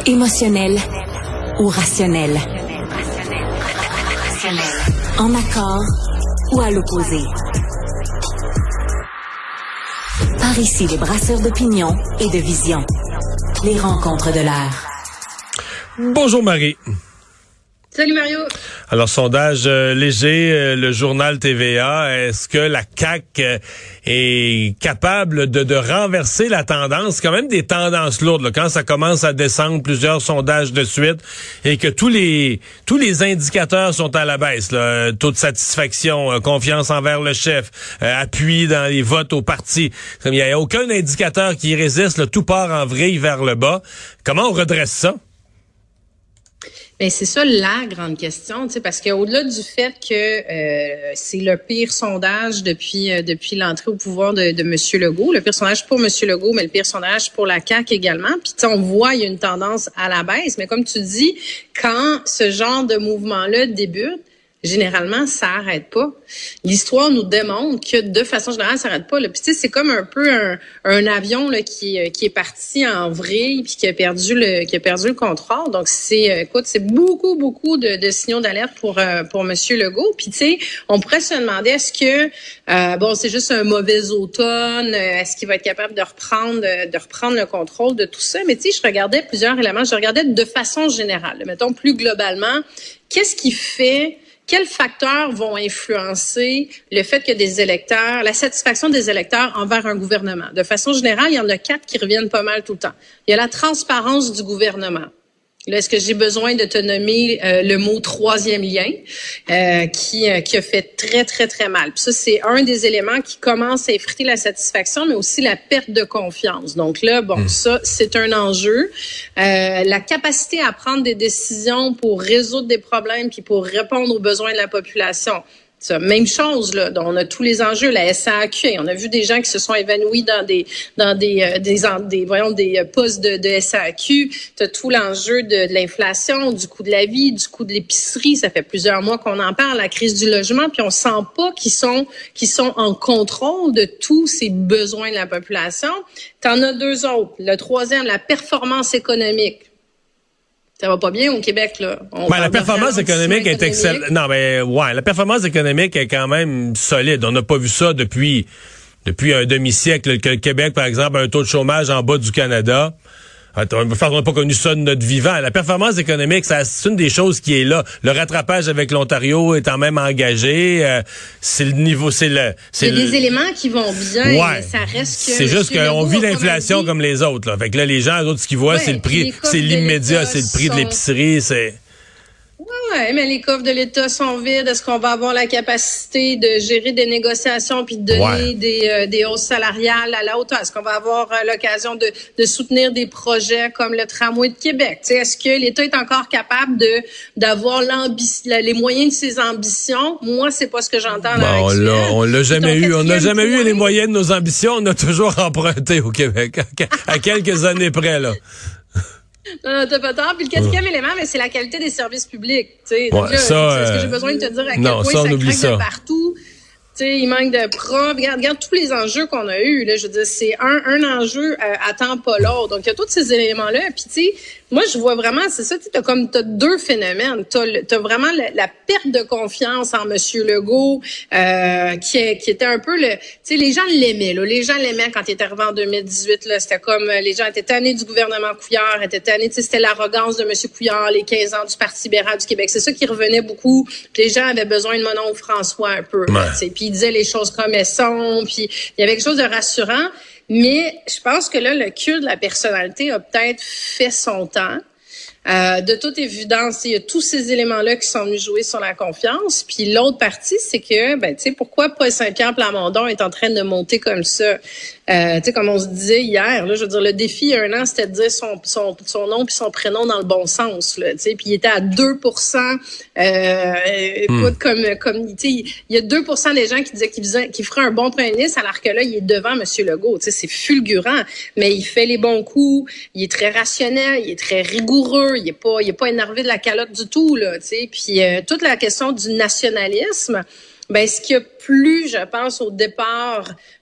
Émotionnel ou rationnel? En accord ou à l'opposé? Par ici, les brasseurs d'opinion et de vision. Les rencontres de l'air. Bonjour Marie. Salut Mario. Alors, sondage léger, le journal TVA, est-ce que la CAQ est capable de renverser la tendance? C'est quand même des tendances lourdes, là, quand ça commence à descendre plusieurs sondages de suite et que tous les indicateurs sont à la baisse, là, taux de satisfaction, confiance envers le chef, appui dans les votes au parti. Il n'y a aucun indicateur qui résiste, là, tout part en vrille vers le bas. Comment on redresse ça? Ben c'est ça la grande question, tu sais, parce qu'au-delà du fait que c'est le pire sondage depuis l'entrée au pouvoir de Monsieur Legault, le pire sondage pour Monsieur Legault, mais le pire sondage pour la CAQ également. Puis on voit il y a une tendance à la baisse, mais comme tu dis, quand ce genre de mouvement-là débute, généralement, ça arrête pas. L'histoire nous démontre que de façon générale, ça arrête pas. Là. Puis tu sais, c'est comme un peu un avion là qui est parti en vrille puis qui a perdu le contrôle. Donc c'est beaucoup de signaux d'alerte pour Monsieur Legault. Puis tu sais, on pourrait se demander est-ce que c'est juste un mauvais automne, est-ce qu'il va être capable de reprendre le contrôle de tout ça. Mais tu sais, je regardais plusieurs éléments, je regardais de façon générale. Là. Mettons plus globalement, qu'est-ce qui fait quels facteurs vont influencer le fait que des électeurs, la satisfaction des électeurs envers un gouvernement? De façon générale, il y en a 4 qui reviennent pas mal tout le temps. Il y a la transparence du gouvernement. Là, est-ce que j'ai besoin de te nommer le mot troisième lien qui a fait très, très, très mal. Puis ça, c'est un des éléments qui commence à effriter la satisfaction, mais aussi la perte de confiance. Donc là, ça, c'est un enjeu. La capacité à prendre des décisions pour résoudre des problèmes puis pour répondre aux besoins de la population. Ça, même chose là, on a tous les enjeux, la SAQ, on a vu des gens qui se sont évanouis dans des postes de SAQ, tu as tout l'enjeu de l'inflation, du coût de la vie, du coût de l'épicerie, ça fait plusieurs mois qu'on en parle, la crise du logement, puis on sent pas qu'ils sont en contrôle de tous ces besoins de la population. T'en as deux autres, le troisième, la performance économique. Ça va pas bien au Québec, là. La performance économique est excellente. Non, mais la performance économique est quand même solide. On n'a pas vu ça depuis un demi-siècle. Que le Québec, par exemple, a un taux de chômage en bas du Canada. On n'a pas connu ça de notre vivant. La performance économique, c'est une des choses qui est là. Le rattrapage avec l'Ontario étant même engagé, c'est le niveau, c'est des éléments qui vont bien, mais ça reste que... C'est juste qu'on vit l'inflation comme les autres, là. Fait que là, les gens, eux autres, ce qu'ils voient, c'est le prix, c'est l'immédiat, c'est le prix de l'épicerie, c'est... Ouais, mais les coffres de l'État sont vides. Est-ce qu'on va avoir la capacité de gérer des négociations puis de donner des hausses salariales à la hauteur? Est-ce qu'on va avoir l'occasion de soutenir des projets comme le tramway de Québec? T'sais, est-ce que l'État est encore capable d'avoir les moyens de ses ambitions? Moi, c'est pas ce que j'entends là. On l'a jamais eu. On n'a jamais eu les moyens de nos ambitions. On a toujours emprunté au Québec. À quelques années près, là. Non, t'as pas tort. Puis le quatrième élément, c'est la qualité des services publics. Donc là, est-ce que j'ai besoin de te dire à quel point ça craque de partout? Il manque de profs. Regarde tous les enjeux qu'on a eus. Là, je veux dire, c'est un enjeu attend pas l'autre. Donc, il y a tous ces éléments-là. Puis, tu sais, moi, je vois vraiment, c'est ça, t'as deux phénomènes. T'as vraiment la perte de confiance en Monsieur Legault, qui était un peu tu sais, les gens l'aimaient, là. Les gens l'aimaient quand il était arrivé en 2018, là. C'était comme, les gens étaient tannés du gouvernement Couillard, étaient tannés, tu sais, c'était l'arrogance de Monsieur Couillard, les 15 ans du Parti libéral du Québec. C'est ça qui revenait beaucoup. Puis les gens avaient besoin de mon oncle François un peu, tu sais. Puis il disait les choses comme elles sont, puis il y avait quelque chose de rassurant. Mais je pense que là, le culte de la personnalité a peut-être fait son temps. De toute évidence, il y a tous ces éléments-là qui sont venus jouer sur la confiance. Puis l'autre partie, c'est que, tu sais, pourquoi Paul Saint-Pierre Plamondon est en train de monter comme ça? Tu sais, comme on se disait hier, là, je veux dire, le défi il y a un an, c'était de dire son nom puis son prénom dans le bon sens, là, tu sais. Puis il était à 2%. Écoute, comme tu sais, il y a 2% des gens qui disaient qu'il ferait un bon premier ministre, alors que là, il est devant M. Legault. Tu sais, c'est fulgurant. Mais il fait les bons coups. Il est très rationnel. Il est très rigoureux. Il est pas énervé de la calotte du tout, là, tu sais. Puis toute la question du nationalisme, ce qui a plu, je pense, au départ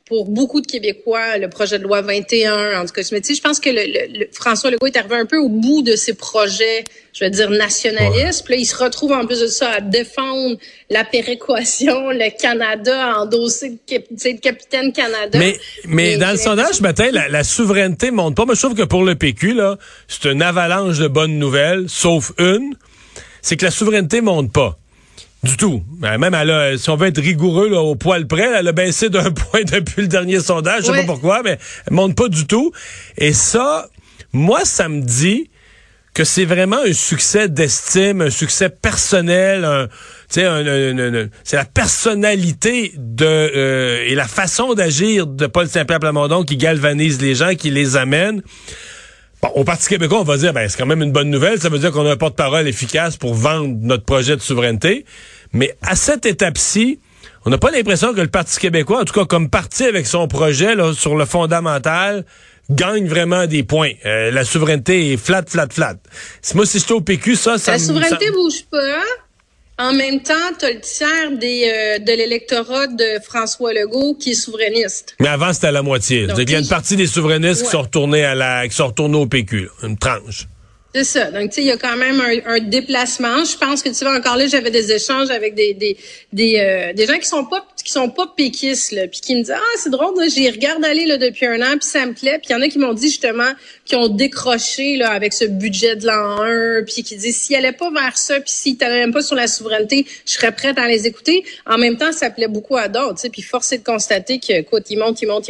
pour beaucoup de Québécois, le projet de loi 21, en tout cas. Mais tu sais, je pense que François Legault est arrivé un peu au bout de ses projets, je vais dire, nationalistes. Puis là, il se retrouve en plus de ça à défendre la péréquation, le Canada, endosser le capitaine Canada. Mais dans le sondage ce matin, la souveraineté monte pas. Moi, je trouve que pour le PQ, là, c'est une avalanche de bonnes nouvelles, sauf une, c'est que la souveraineté monte pas. Du tout. Même, si on veut être rigoureux là, au poil près, elle a baissé d'un point depuis le dernier sondage. Je sais pas pourquoi, mais elle monte pas du tout. Et ça, moi, ça me dit que c'est vraiment un succès d'estime, un succès personnel, c'est la personnalité et la façon d'agir de Paul Saint-Pierre Plamondon qui galvanise les gens, qui les amène. Bon, au Parti québécois, on va dire, c'est quand même une bonne nouvelle. Ça veut dire qu'on a un porte-parole efficace pour vendre notre projet de souveraineté. Mais à cette étape-ci, on n'a pas l'impression que le Parti québécois, en tout cas comme parti avec son projet là, sur le fondamental, gagne vraiment des points. La souveraineté est flat. Moi, si j'étais au PQ, la souveraineté bouge pas. En même temps, tu as le tiers de l'électorat de François Legault qui est souverainiste. Mais avant, c'était à la moitié. Donc, il y a une partie des souverainistes qui sont retournés au PQ, là, une tranche. C'est ça. Donc, tu sais, il y a quand même un déplacement. Je pense que, tu vois, encore là, j'avais des échanges avec des gens qui sont pas péquistes, là, puis qui me disent, c'est drôle, là, j'y regarde aller, là, depuis un an, puis ça me plaît. Puis il y en a qui m'ont dit, justement, qui ont décroché, là, avec ce budget de l'an 1, puis qui disent, s'ils allaient pas vers ça, puis s'ils t'allaient même pas sur la souveraineté, je serais prête à les écouter. En même temps, ça plaît beaucoup à d'autres, tu sais, puis force est de constater que, écoute, il monte. Moi,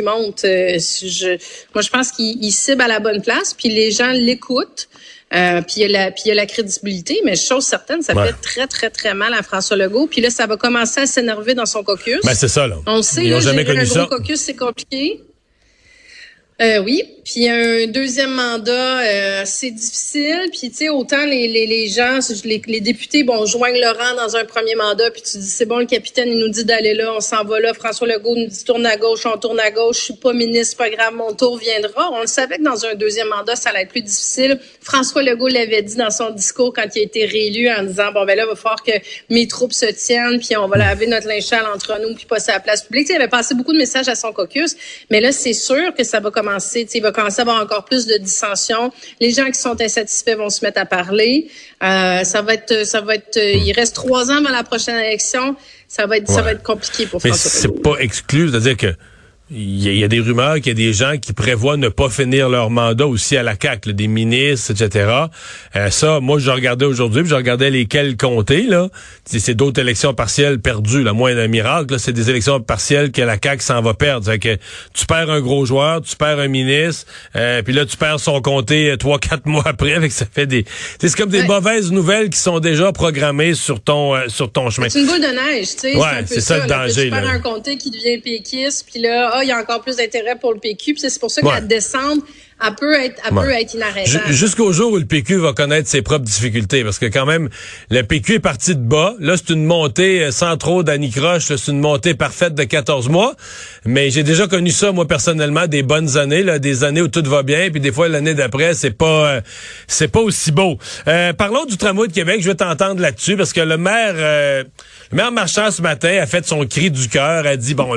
je pense qu'il cible à la bonne place, puis les gens l'écoutent. Puis il y a la crédibilité, mais chose certaine, ça fait très, très, très mal à François Legault. Puis là, ça va commencer à s'énerver dans son caucus. C'est ça, là. On sait, là, gérer un gros caucus, c'est compliqué. Oui, puis un deuxième mandat, c'est difficile. Puis tu sais, autant les gens, les députés, joignent le rang dans un premier mandat. Puis tu dis, c'est bon, le capitaine, il nous dit d'aller là, on s'en va là. François Legault nous dit, tourne à gauche, on tourne à gauche. Je suis pas ministre, pas grave, mon tour viendra. On le savait que dans un deuxième mandat, ça allait être plus difficile. François Legault l'avait dit dans son discours quand il a été réélu en disant, là, il va falloir que mes troupes se tiennent, puis on va laver notre linge sale entre nous, puis passer à la place publique. Tu sais, il avait passé beaucoup de messages à son caucus, mais là, c'est sûr que ça va commencer. Il va commencer à avoir encore plus de dissensions. Les gens qui sont insatisfaits vont se mettre à parler. Ça va être. Il reste 3 ans avant la prochaine élection. Ça va être compliqué pour François Legault. C'est pas exclu, c'est-à-dire que il y a des rumeurs qu'il y a des gens qui prévoient ne pas finir leur mandat aussi à la CAQ, là, des ministres, etc. Ça, moi, je regardais aujourd'hui, puis je regardais lesquels compter, là. C'est d'autres élections partielles perdues, là, moins d'un miracle, là. C'est des élections partielles que la CAQ s'en va perdre. C'est que tu perds un gros joueur, tu perds un ministre, puis là, tu perds son comté 3-4 mois après, avec ça fait c'est comme des mauvaises nouvelles qui sont déjà programmées sur ton chemin. C'est une boule de neige, tu sais. Ouais, c'est ça le danger, là. Tu perds un comté qui devient péquiste, puis là, il y a encore plus d'intérêt pour le PQ. Puis c'est pour ça que la descente, elle peut être inarrêtable. Jusqu'au jour où le PQ va connaître ses propres difficultés. Parce que quand même, le PQ est parti de bas. Là, c'est une montée sans trop d'anicroche. C'est une montée parfaite de 14 mois. Mais j'ai déjà connu ça, moi, personnellement, des bonnes années, là, des années où tout va bien. Puis des fois, l'année d'après, c'est pas aussi beau. Parlons du tramway de Québec. Je vais t'entendre là-dessus. Parce que le maire Marchand, ce matin, a fait son cri du cœur. A dit,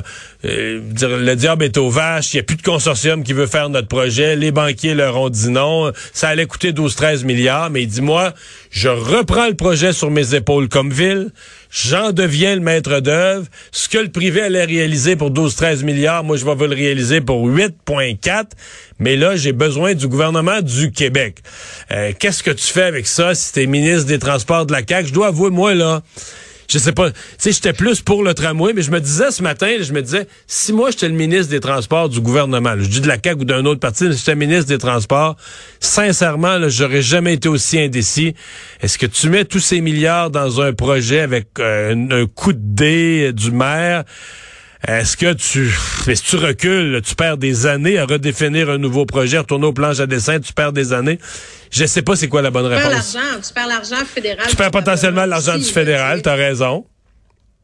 le diable est aux vaches. Il n'y a plus de consortium qui veut faire notre projet. Les banquiers leur ont dit non. Ça allait coûter 12-13 milliards. Mais il dit, moi, je reprends le projet sur mes épaules comme ville. J'en deviens le maître d'œuvre. Ce que le privé allait réaliser pour 12-13 milliards, moi, je vais le réaliser pour 8,4. Mais là, j'ai besoin du gouvernement du Québec. Qu'est-ce que tu fais avec ça si t'es ministre des Transports de la CAQ? Je dois avouer, moi, là, je sais pas, tu sais, j'étais plus pour le tramway, mais je me disais ce matin, si moi j'étais le ministre des Transports du gouvernement, là, je dis de la CAQ ou d'un autre parti, mais si j'étais ministre des Transports, sincèrement, là, j'aurais jamais été aussi indécis. Est-ce que tu mets tous ces milliards dans un projet avec un coup de dé du maire? Est-ce que si tu recules, là, tu perds des années à redéfinir un nouveau projet, retourner aux planches à dessin, tu perds des années. Je sais pas c'est quoi la bonne réponse. Tu perds l'argent fédéral. Tu perds potentiellement l'argent du fédéral, t'as raison.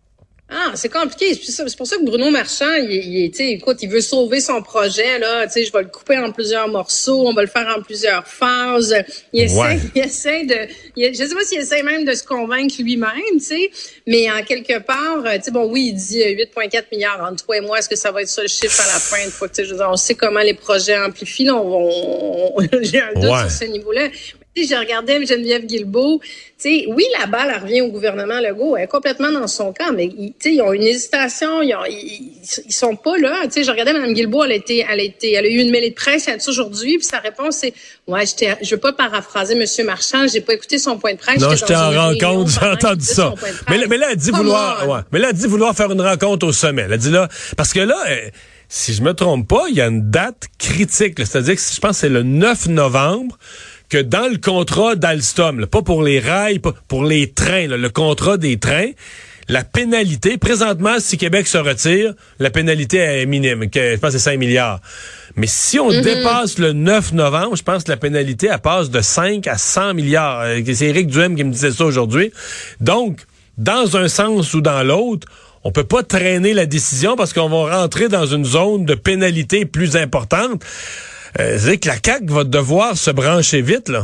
Ah, c'est compliqué. C'est pour ça que Bruno Marchand, écoute, il veut sauver son projet, là. Tu sais, je vais le couper en plusieurs morceaux, on va le faire en plusieurs phases. Je sais pas s'il essaie même de se convaincre lui-même, tu sais. Mais en quelque part, tu sais, bon, oui, il dit 8,4 milliards entre toi et moi. Est-ce que ça va être ça le chiffre à la fin? Une fois que, tu sais, je veux dire, on sait comment les projets amplifient, là. J'ai un doute sur ce niveau-là. Tu sais, j'ai regardé Geneviève Guilbeault. Tu sais, oui, la balle elle revient au gouvernement Legault, elle est complètement dans son camp, mais tu sais, ils ont une hésitation, ils sont pas là. Tu sais, je regardais Mme Guilbeault, elle a eu une mêlée de presse aujourd'hui, puis sa réponse c'est, je veux pas paraphraser M. Marchand, j'ai pas écouté son point de presse. Non, j'étais en rencontre, j'ai entendu ça. Mais là, elle dit vouloir faire une rencontre au sommet. Elle a dit là, parce que là, si je me trompe pas, il y a une date critique, là, c'est-à-dire que je pense que c'est le 9 novembre. Que dans le contrat d'Alstom, là, pas pour les rails, pas pour les trains, là, le contrat des trains, la pénalité, présentement, si Québec se retire, la pénalité est minime, je pense que c'est 5 milliards. Mais si on dépasse le 9 novembre, je pense que la pénalité, elle passe de 5 à 100 milliards. C'est Éric Duhem qui me disait ça aujourd'hui. Donc, dans un sens ou dans l'autre, on peut pas traîner la décision parce qu'on va rentrer dans une zone de pénalité plus importante. C'est que la CAQ va devoir se brancher vite, là.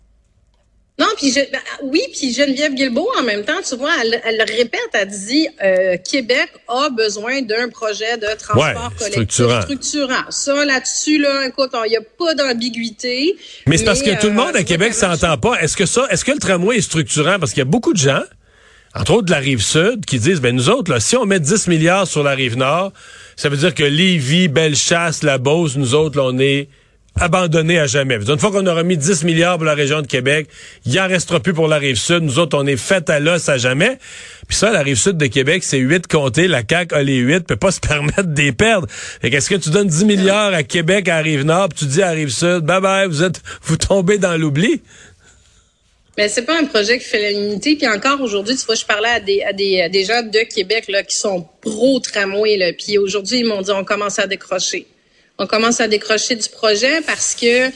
Non, puis puis Geneviève Guilbeault, en même temps, tu vois, elle le répète, elle dit Québec a besoin d'un projet de transport collectif structurant. Ça, là-dessus, là, écoute, il n'y a pas d'ambiguïté. Mais c'est parce que tout le monde à Québec s'entend pas. Est-ce que le tramway est structurant? Parce qu'il y a beaucoup de gens, entre autres de la Rive-Sud, qui disent, nous autres, là, si on met 10 milliards sur la Rive-Nord, ça veut dire que Lévis, Bellechasse, La Beauce, nous autres, là, on est abandonnés à jamais. Une fois qu'on aura mis 10 milliards pour la région de Québec, il en restera plus pour la Rive-Sud. Nous autres, on est fait à l'os à jamais. Puis ça, la Rive-Sud de Québec, c'est 8 comtés. La CAQ a les 8, peut pas se permettre de les perdre. Fait qu'est-ce que tu donnes 10 milliards à Québec, à la Rive-Nord, puis tu dis à la Rive-Sud, bye, vous tombez dans l'oubli? Mais c'est pas un projet qui fait l'unité. Puis encore aujourd'hui, tu vois, je parlais à des gens de Québec là qui sont pro tramway là. Puis aujourd'hui, ils m'ont dit on commence à décrocher. On commence à décrocher du projet parce que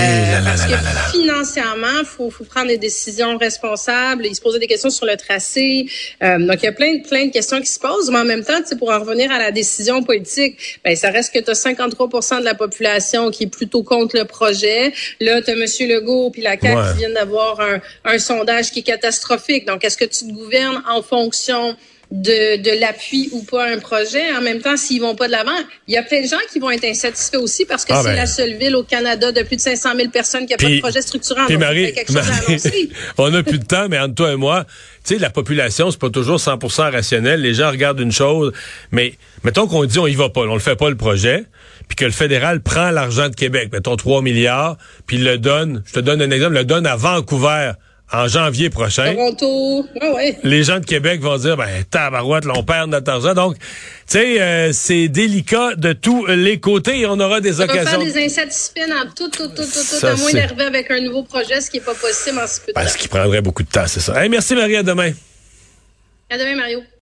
financièrement, faut prendre des décisions responsables et se poser des questions sur le tracé. Donc il y a plein de questions qui se posent, mais en même temps, tu sais, pour en revenir à la décision politique, ça reste que tu as 53% de la population qui est plutôt contre le projet. Là, tu as M. Legault puis la CAQ qui viennent d'avoir un sondage qui est catastrophique. Donc est-ce que tu te gouvernes en fonction de l'appui ou pas à un projet? En même temps, s'ils vont pas de l'avant, il y a plein de gens qui vont être insatisfaits aussi parce que c'est la seule ville au Canada de plus de 500 000 personnes qui a pas de projet structurant. Puis donc Marie, quelque chose à annoncer. On a plus de temps, mais entre toi et moi, tu sais, la population, c'est pas toujours 100% rationnel. Les gens regardent une chose, mais mettons qu'on dit on y va pas, on le fait pas le projet, puis que le fédéral prend l'argent de Québec, mettons 3 milliards, puis le donne, je te donne un exemple, le donne à Vancouver en janvier prochain. Toronto, les gens de Québec vont dire, tabarouette, là, on perd notre argent. Donc, tu sais, c'est délicat de tous les côtés et on aura des occasions. On va faire des insatisfaits dans tout, à moins d'arriver avec un nouveau projet, ce qui est pas possible en si peu de temps. Ce qui prendrait beaucoup de temps, c'est ça. Hey, merci Marie, à demain. À demain, Mario.